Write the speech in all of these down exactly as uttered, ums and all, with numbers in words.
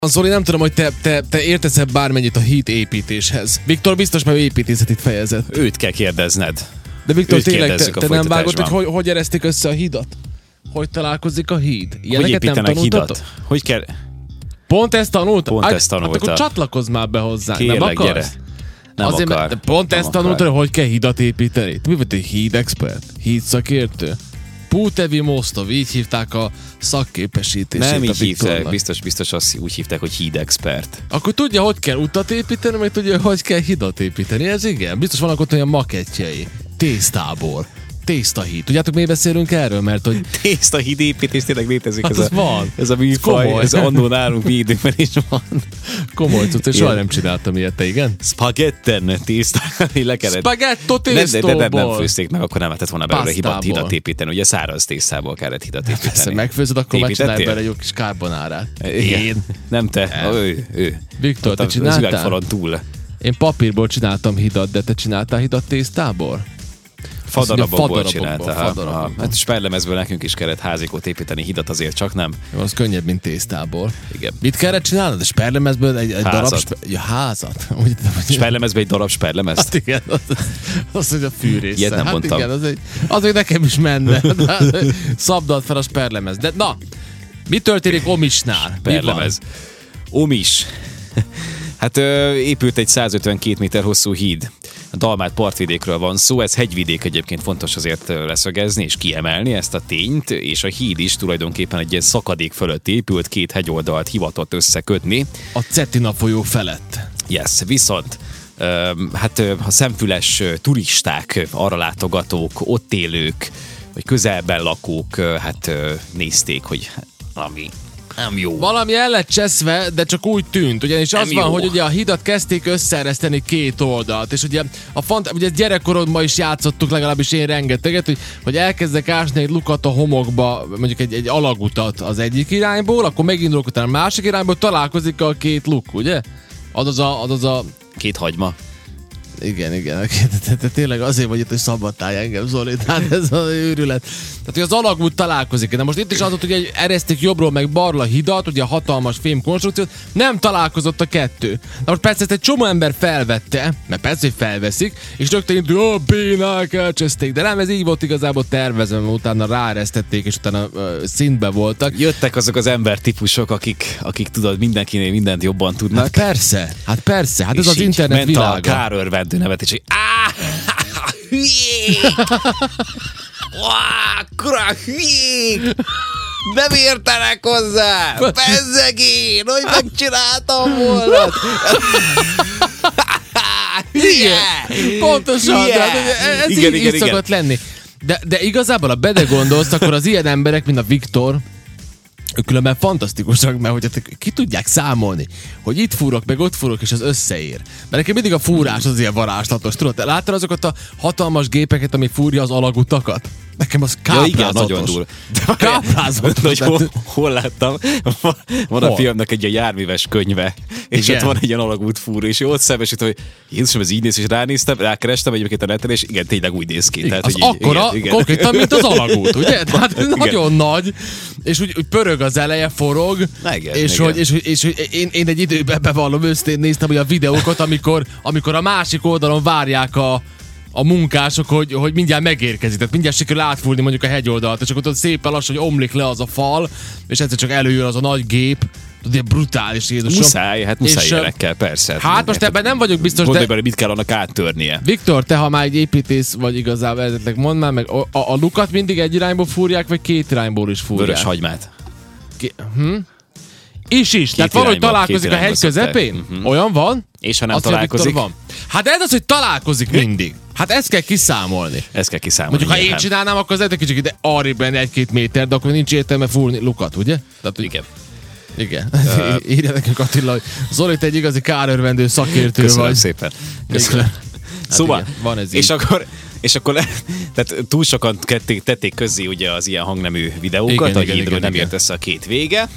Zoli, nem tudom, hogy te, te, te értesz-e bármennyit a híd építéshez. Viktor biztos, mert ő építészetit fejezett. Őt kell kérdezned. De Viktor, Őt tényleg te, te nem vágod, hogy, hogy hogy eresztik össze a hidat? Hogy találkozik a híd? Ilyeneket hogy építenek hidat? Hogy kell... Pont ezt tanultam? Pont ezt tanultam. Hát akkor csatlakozz már be hozzá. Kérlek, nem akarsz? gyere. Nem Azért, akar. Mert pont nem ezt akar. tanultad, hogy kell hidat építeni. Mi vagy egy hídexpert? Hídszakértő? Putevi Mostov, így hívták a szakképesítését. Nem a így hívták, Viktornak. biztos, biztos azt úgy hívták, hogy hídexpert. Akkor tudja, hogy kell utat építeni, meg tudja, hogy kell hidat építeni. Ez igen. Biztos vannak ott olyan makettjei. Tésztából. Tésztahíd. Tudjátok, miért beszélünk erről? Mert hogy... Tészta hídépítés tényleg létezik. Hát ez, az a, van. ez a műfaj, ez annó nálunk mi időben is van. Komoly cucc, és soha nem csináltam ilyet, te igen? Spagetten tészta, le kellett. Spagetto Nem, de, tésztóból. de, de nem főzték meg, akkor nem lehetett volna belőle hidat, Pasztából. hidat építeni. Ugye száraz tésztából kellett hidat építeni. Persze, megfőzöd, akkor megcsinálj Építettél? bele egy jó kis carbonárát. Igen. Én. Nem te, Nem. ő, ő. Viktor, Ott te az csináltál? üvegfalon túl. Én papírból csináltam hidat, de te csináltál hidat tésztából? Fadarabokból fadarabokból, csinálta. ha. fadarabokból. Ha. Hát sperlemezből nekünk is kellett házikót építeni, hidat azért csak nem. Jó, az könnyebb, mint tésztából. Igen. Mit kellett csinálnod? A sperlemezből egy, egy darab... Házat. Spe- ja, házat? Úgy, Sperlemezbe egy darab sperlemezt. Hát igen, az, az, hogy a fűrésze. Ilyet nem hát mondtam. igen, az, egy, az még nekem is menne. Szabdalt fel a sperlemez. De na, mi történik Omisnál? Mi van? Sperlemez. Omis. Hát ö, épült egy százötvenkét méter hosszú híd. A Dalmát partvidékről van szó, ez hegyvidék, egyébként fontos azért ö, leszögezni és kiemelni ezt a tényt, és a híd is tulajdonképpen egy ilyen szakadék fölött épült, két hegyoldalt hivatott összekötni. A Cetina folyó felett. Yes, viszont ö, hát ö, a szemfüles ö, turisták, arra látogatók, ott élők, vagy közelben lakók, ö, hát ö, nézték, hogy hát, ami nem jó. Valami el lett cseszve, de csak úgy tűnt, ugyanis az Nem van, jó. hogy ugye a hidat kezdték összeereszteni két oldalt, és ugye a fant- ugye gyerekkorodban is játszottuk, legalábbis én rengeteget, hogy, hogy elkezdek ásni egy lukat a homokba, mondjuk egy, egy alagutat az egyik irányból, akkor megindulok utána a másik irányból, találkozik a két luk, ugye? Azaz a, azaz a Két hagyma. igen, igen. Te, te tényleg azért vagy itt, hogy szabadtálj engem, Zoli. Tehát ez az őrület. Tehát, hogy az alagút találkozik. De most itt is az volt, hogy egy ereszték jobbról meg balra hidat, ugye a hatalmas fémkonstrukciót, nem találkozott a kettő. Na most persze ezt egy csomó ember felvette, mert persze, hogy felveszik, és rögtön így, hogy ó, bénák, elcseszték. De nem, ez így volt igazából tervezve, mert utána ráeresztették, és utána uh, szintbe voltak. Jöttek azok az embertípusok, akik, akik tudod, mindenkinél mindent jobban tudnak. Hát persze, hát persze, hát ez És az így internet ment világa. a kárörvendő nevetés, hogy áh, hülyék! Vá, kura hülyék! Nem értenek hozzá! Bezzegén! Hogy megcsináltam volna! Hülye! Pontosan, Hülye! de hát ez Igen, így, igen, így igen. szokott lenni. De, de igazából, ha bedegondolsz, akkor az ilyen emberek, mint a Viktor, ők különben fantasztikusak, mert hogy hát ki tudják számolni, hogy itt fúrok, meg ott fúrok, és az összeér. Mert nekem mindig a fúrás az ilyen varázslatos. Tudod, te láttad azokat a hatalmas gépeket, ami fúrja az alagutakat? Nekem az Ja, káprázatos. igen, nagyon durva. Káprázatos. Hogy hol, hol láttam? Van a Hol? filmnek egy ilyen járműves könyve, és Igen. ott van egy ilyen alagútfúró, és ott szembesít, hogy Jézusom, ez így néz, és ránéztem, rákerestem egyébként a neten, és igen, tényleg úgy néz ki. Tehát, Az hogy így, akkora, igen, igen. konkrétan, mint az alagút, ugye? Tehát Igen. nagyon nagy, és úgy, úgy pörög az eleje, forog, Na igen, és, igen. hogy, és, hogy, és hogy én, én egy időben bevallom őszintén néztem hogy a videókat, amikor, amikor a másik oldalon várják a a munkások, hogy, hogy mindjárt megérkezik, tehát mindjárt sikerül átfúrni mondjuk a hegyoldalt, és akkor ott szépen lassan, hogy omlik le az a fal, és egyszer csak előjön az a nagy gép, tudod, ilyen brutális Jézusom. Muszáj, hát muszáj És, ilyenekkel, persze. Hát most ebben nem vagyok biztos, Gondolj de bele, mit kell annak áttörnie. Viktor, te ha már egy építész vagy igazából, ezetleg mondd már meg, a, a, a lukat mindig egy irányból fúrják, vagy két irányból is fúrják? Vörös hagymát. Ki, hm? Is is, tehát valahogy irányból, találkozik két a hegy irányból közepén? szokták. Olyan van? És ha nem Azt mondja, találkozik, Viktor, van. Hát ez az, hogy találkozik mindig. Hát ezt kell kiszámolni. ezt kell kiszámolni. Mondjuk, ha én nyilván. csinálnám, akkor az lehet, hogy kicsit arrébb lenne egy-két méter, de akkor nincs értelme fúrni lukat, ugye? Tehát, hogy Igen. igen. Írja nekünk Attila, hogy Zoli, te egy igazi kárörvendő szakértő Köszönöm vagy. szépen. Igen. Köszönöm. Hát Szóval, igen, van ez és így. akkor, és akkor le, tehát túl sokan tették, tették közzé ugye az ilyen hangnemű videókat, Igen, a igen, hídról igen, nem igen. ért össze a két vége,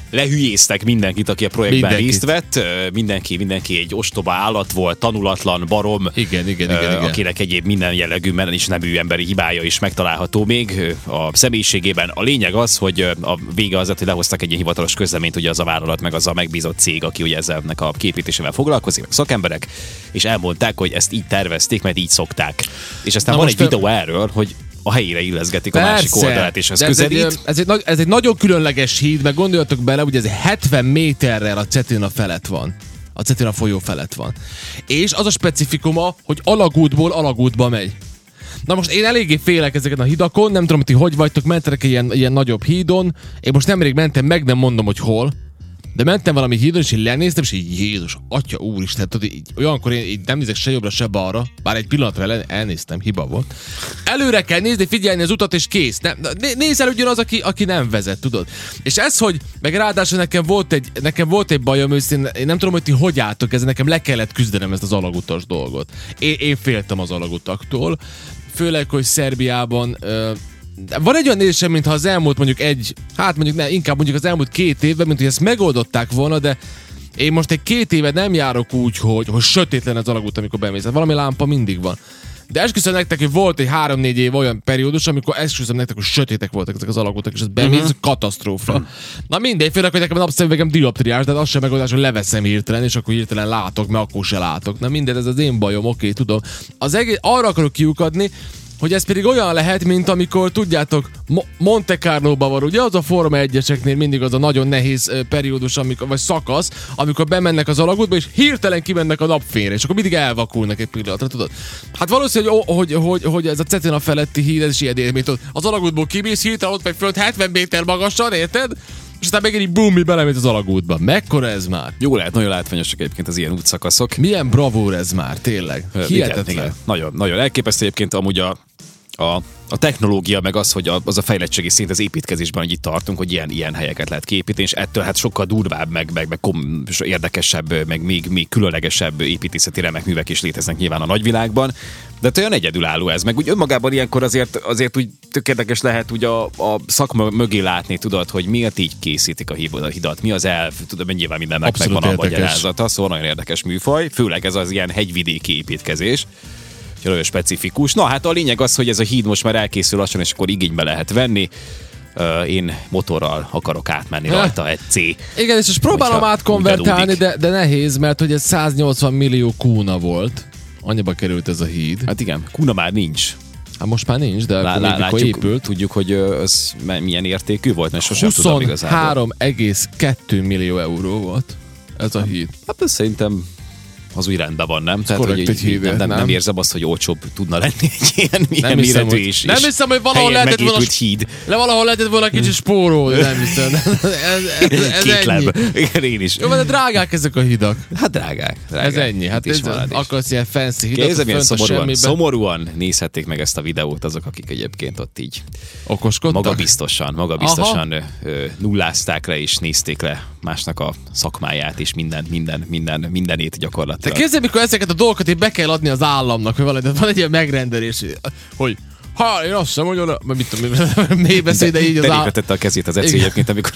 lehülyéztek mindenkit, aki a projektben Mindenkit. részt vett. Mindenki, mindenki egy ostoba állat volt, tanulatlan barom, Igen, igen, igen, igen. akinek egyéb minden jellegű, mert is nemű emberi hibája is megtalálható még a személyiségében. A lényeg az, hogy a vége az, hogy lehoztak egy ilyen hivatalos közleményt, ugye az a vállalat, meg az a megbízott cég, aki ugye ezzelnek a képítésével foglalkozik, meg szakemberek, és elmondták, hogy ezt így tervezték, mert így szokták. És aztán Na van egy most, videó erről, hogy a helyére illeszgetik a másik oldalát, és az de ez közelít. egy, ez, egy, nagy- ez egy nagyon különleges híd, meg gondoljatok bele, hogy ez hetven méterrel a Cetina felett van. A Cetina folyó felett van. És az a specifikuma, hogy alagútból alagútba megy. Na most én eléggé félek ezeken a hidakon, nem tudom, hogy ti hogy vagytok, mentek ilyen, ilyen nagyobb hídon. Én most nemrég mentem, meg nem mondom, hogy hol. De mentem valami hídon, és így lenéztem, és így Jézus, atya úristen, tudod, így, olyankor én így nem nézek se jobbra, se balra, bár egy pillanatra el, elnéztem, hiba volt. Előre kell nézni, figyelni az utat, és kész. Nem, né- nézz el ugyanaz, aki, aki nem vezet, tudod. És ez, hogy, meg ráadásul nekem volt egy, nekem volt egy bajom, őszintén, én nem tudom, hogy ti hogy álltok ezzel, nekem le kellett küzdenem ezt az alagutas dolgot. Én, én féltem az alagutaktól, főleg, hogy Szerbiában... Ö, van egy olyan érzésem, mintha az elmúlt mondjuk egy, hát mondjuk ne, inkább mondjuk az elmúlt két évben, mint hogy ezt megoldották volna, de én most egy két éve nem járok úgy, hogy, hogy sötét lenne az alagút, amikor bemész. Hát valami lámpa mindig van. De esküszöm nektek, hogy volt egy három-négy év olyan periódus, amikor esküszöm nektek, hogy sötétek voltak ezek az alagútak, és ez bemész, uh-huh. katasztrófa. Uh-huh. Na mindegy, főleg, hogy nekem a napszemüvegem dioptriás, de az sem megoldás, hogy leveszem hirtelen, és akkor hirtelen látok, mert akkor se látok. Na mindegy, ez az én bajom, oké, tudom. Az egész, arra akarok kiukadni, hogy ez pedig olyan lehet, mint amikor, tudjátok, Mo- Monte Carlo-ban van, ugye az a Forma egyeseknél mindig az a nagyon nehéz uh, periódus, amikor, vagy szakasz, amikor bemennek az alagútba, és hirtelen kimennek a napfényre, és akkor mindig elvakulnak egy pillanatra, tudod? Hát valószínű, hogy, hogy, hogy, hogy ez a Cetina feletti híd, ez is ilyen élmény, tudod? Az alagútból kimész, hirtelen ott meg föld hetven méter magasan, érted? És aztán megint így bum, belemész az alagútba. Mekkora ez már? Jó lehet, nagyon látványosak egyébként az ilyen útszakaszok. Milyen bravúr ez már, tényleg. Hihetetlen. Igen, igen. Nagyon, nagyon elképesztő egyébként amúgy a, a, a technológia, meg az, hogy a, az a fejlettségi szint az építkezésben, hogy itt tartunk, hogy ilyen, ilyen helyeket lehet kiépíteni, és ettől hát sokkal durvább, meg, meg, meg kom, érdekesebb, meg még, még különlegesebb építészeti remek művek is léteznek nyilván a nagyvilágban. De olyan egyedülálló ez, meg úgy önmagában ilyenkor azért, azért úgy tök érdekes lehet úgy a, a szakma mögé látni, tudod, hogy miért így készítik a hidat, mi az elv, tudod, nyilván mindennek Abszolút megvan a érdekes. magyarázata, szóval nagyon érdekes műfaj, főleg ez az ilyen hegyvidéki építkezés. Nagyon specifikus. Na hát a lényeg az, hogy ez a híd most már elkészül lassan, és akkor igénybe lehet venni. Uh, én motorral akarok átmenni rajta, egy C. Igen, és most próbálom átkonvertálni, de, de nehéz, mert hogy ez száznyolcvan millió kúna volt. Annyiba került ez a híd. Hát igen, kuna már nincs. Hát most már nincs, de Lá, akkor lá, mikor látjuk, épült. Tudjuk, hogy az milyen értékű volt, mert sosem tudom igazából. huszonhárom egész kettő millió euró volt ez a híd. Hát ez szerintem az úgy rendben van, nem? Tehát, korrekt hogy egy híd, nem, nem, nem? nem érzem azt, hogy olcsóbb tudna lenni egy ilyen, ilyen hiszem, méretű hogy- és, nem és hiszem, hogy valahol helyen lehetett volna- megépült híd. De valahol lehetett volna kicsit spórolni, nem hiszem. Ez, ez, ez Két ennyi. láb. Igen, én is. Jó, de drágák ezek a hidak. Hát drágák. drágák. Ez ennyi. Hát Itt is ez, marad is. akarsz ilyen fancy hidat, Kézem, ilyen fönt a szomorúan, semmibe. szomorúan nézhették meg ezt a videót azok, akik egyébként ott így Okoskodtak? magabiztosan, magabiztosan ö, nullázták le és nézték le másnak a szakmáját és minden, minden, minden, mindenét De gyakorlatilag. képzelj, mikor ezeket a dolgokat így be kell adni az államnak, hogy valami, van egy ilyen megrendelés, hogy ha, én azt hiszem, hogy oda, mert mit tudom, mély beszél, de így az állam. Belépetette a kezét az Eci Igen. egyébként, amikor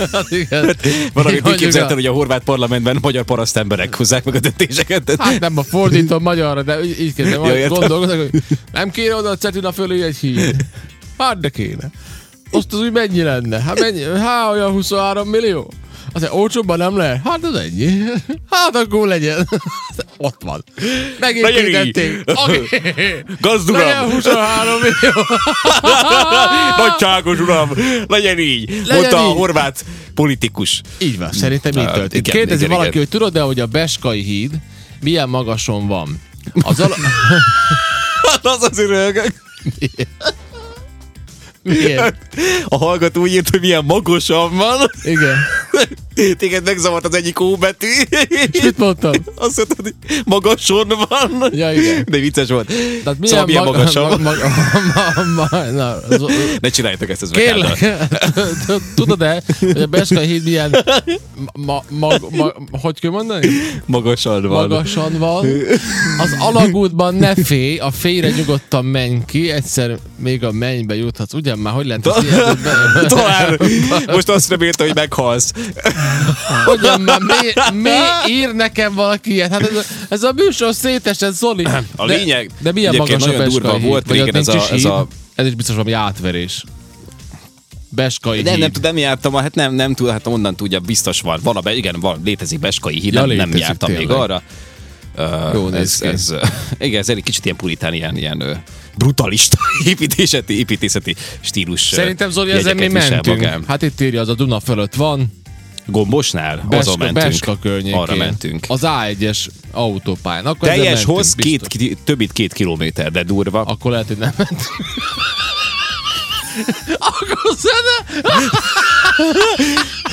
Igen. valamit úgy Mondjuk képzelted, a- hogy a horvát parlamentben magyar paraszt emberek hozzák meg a döntéseket. Hát nem a fordítom magyarra, de így, így kezdem, Ja, ja, értem. gondolkozok, hogy nem kéne oda a Cetina fölé egy híd. Hát de kéne. Azt az úgy mennyi lenne? Hát mennyi? Hát olyan huszonhárom millió? Azért olcsóbban nem lehet? Hát az ennyi. Hát akkor legyen. Ott van. Megépítették. Oké. Gazduram! Legyen huszonhárom millió. Nagyságos uram! Legyen így! Legyen Mondta a így. horvát politikus. Így van, szerintem így Ah, történt. igen, Kérdezi igen, valaki, igen. hogy tudod-e, hogy a Beskai híd milyen magason van? Az ala... Hát az azért röhögök. Miért? A hallgató úgy írt, hogy milyen magasan van. Igen. Téged megzavart az egyik ó betű. És mit mondtam? Azt mondtad, hogy magason van. Ja, igen. De vicces volt. Tehát Szóval milyen mag- magasan mag- van? mag- ma- ma- na, zo- Ne csináljátok ezt, ez megállal. Kérlek, tudod-e, hogy a Beskai híd milyen ma, mag, ma, hogy kell mondani? Magasan van. Magasan van. Az alagútban ne félj, a félre nyugodtan menj ki, egyszer még a mennybe juthatsz. Ugyan már, hogy lehet az ilyet? Talán most azt remélte, hogy meghalsz. Hogyan már, mi, mi ír nekem valaki ilyet? Hát ez, ez a műsor szétesett, Zoli. A lényeg, de, de milyen magas a nagyon durva Beskai volt híd? régen ez a, ez a... Ez is biztos valami átverés. Beskai De híd. nem tudom, nem jártam, hát nem, nem tudom, hát onnan tudja, biztos van. Van, a, be, igen, van, létezik Beskai híd, Ja, nem, létezik, nem jártam tényleg. még arra. Uh, Jó, ez, ez, uh, igen, ez egy kicsit ilyen puritán, ilyen, ilyen uh, brutalista építészeti, építészeti stílus. Szerintem, Zoli, ezzel mi jegyeket visel mentünk. magán. Hát itt írja, az a Duna fölött van. Gombosnál? Beska, Azon mentünk. Beska környékén. Arra mentünk. Az á egyes autópályán. Akkor ezzel Teljes mentünk, hossz két, biztos. ki- több mint két kilométer, de durva. Akkor lehet, hogy nem mentünk. Akkor zene!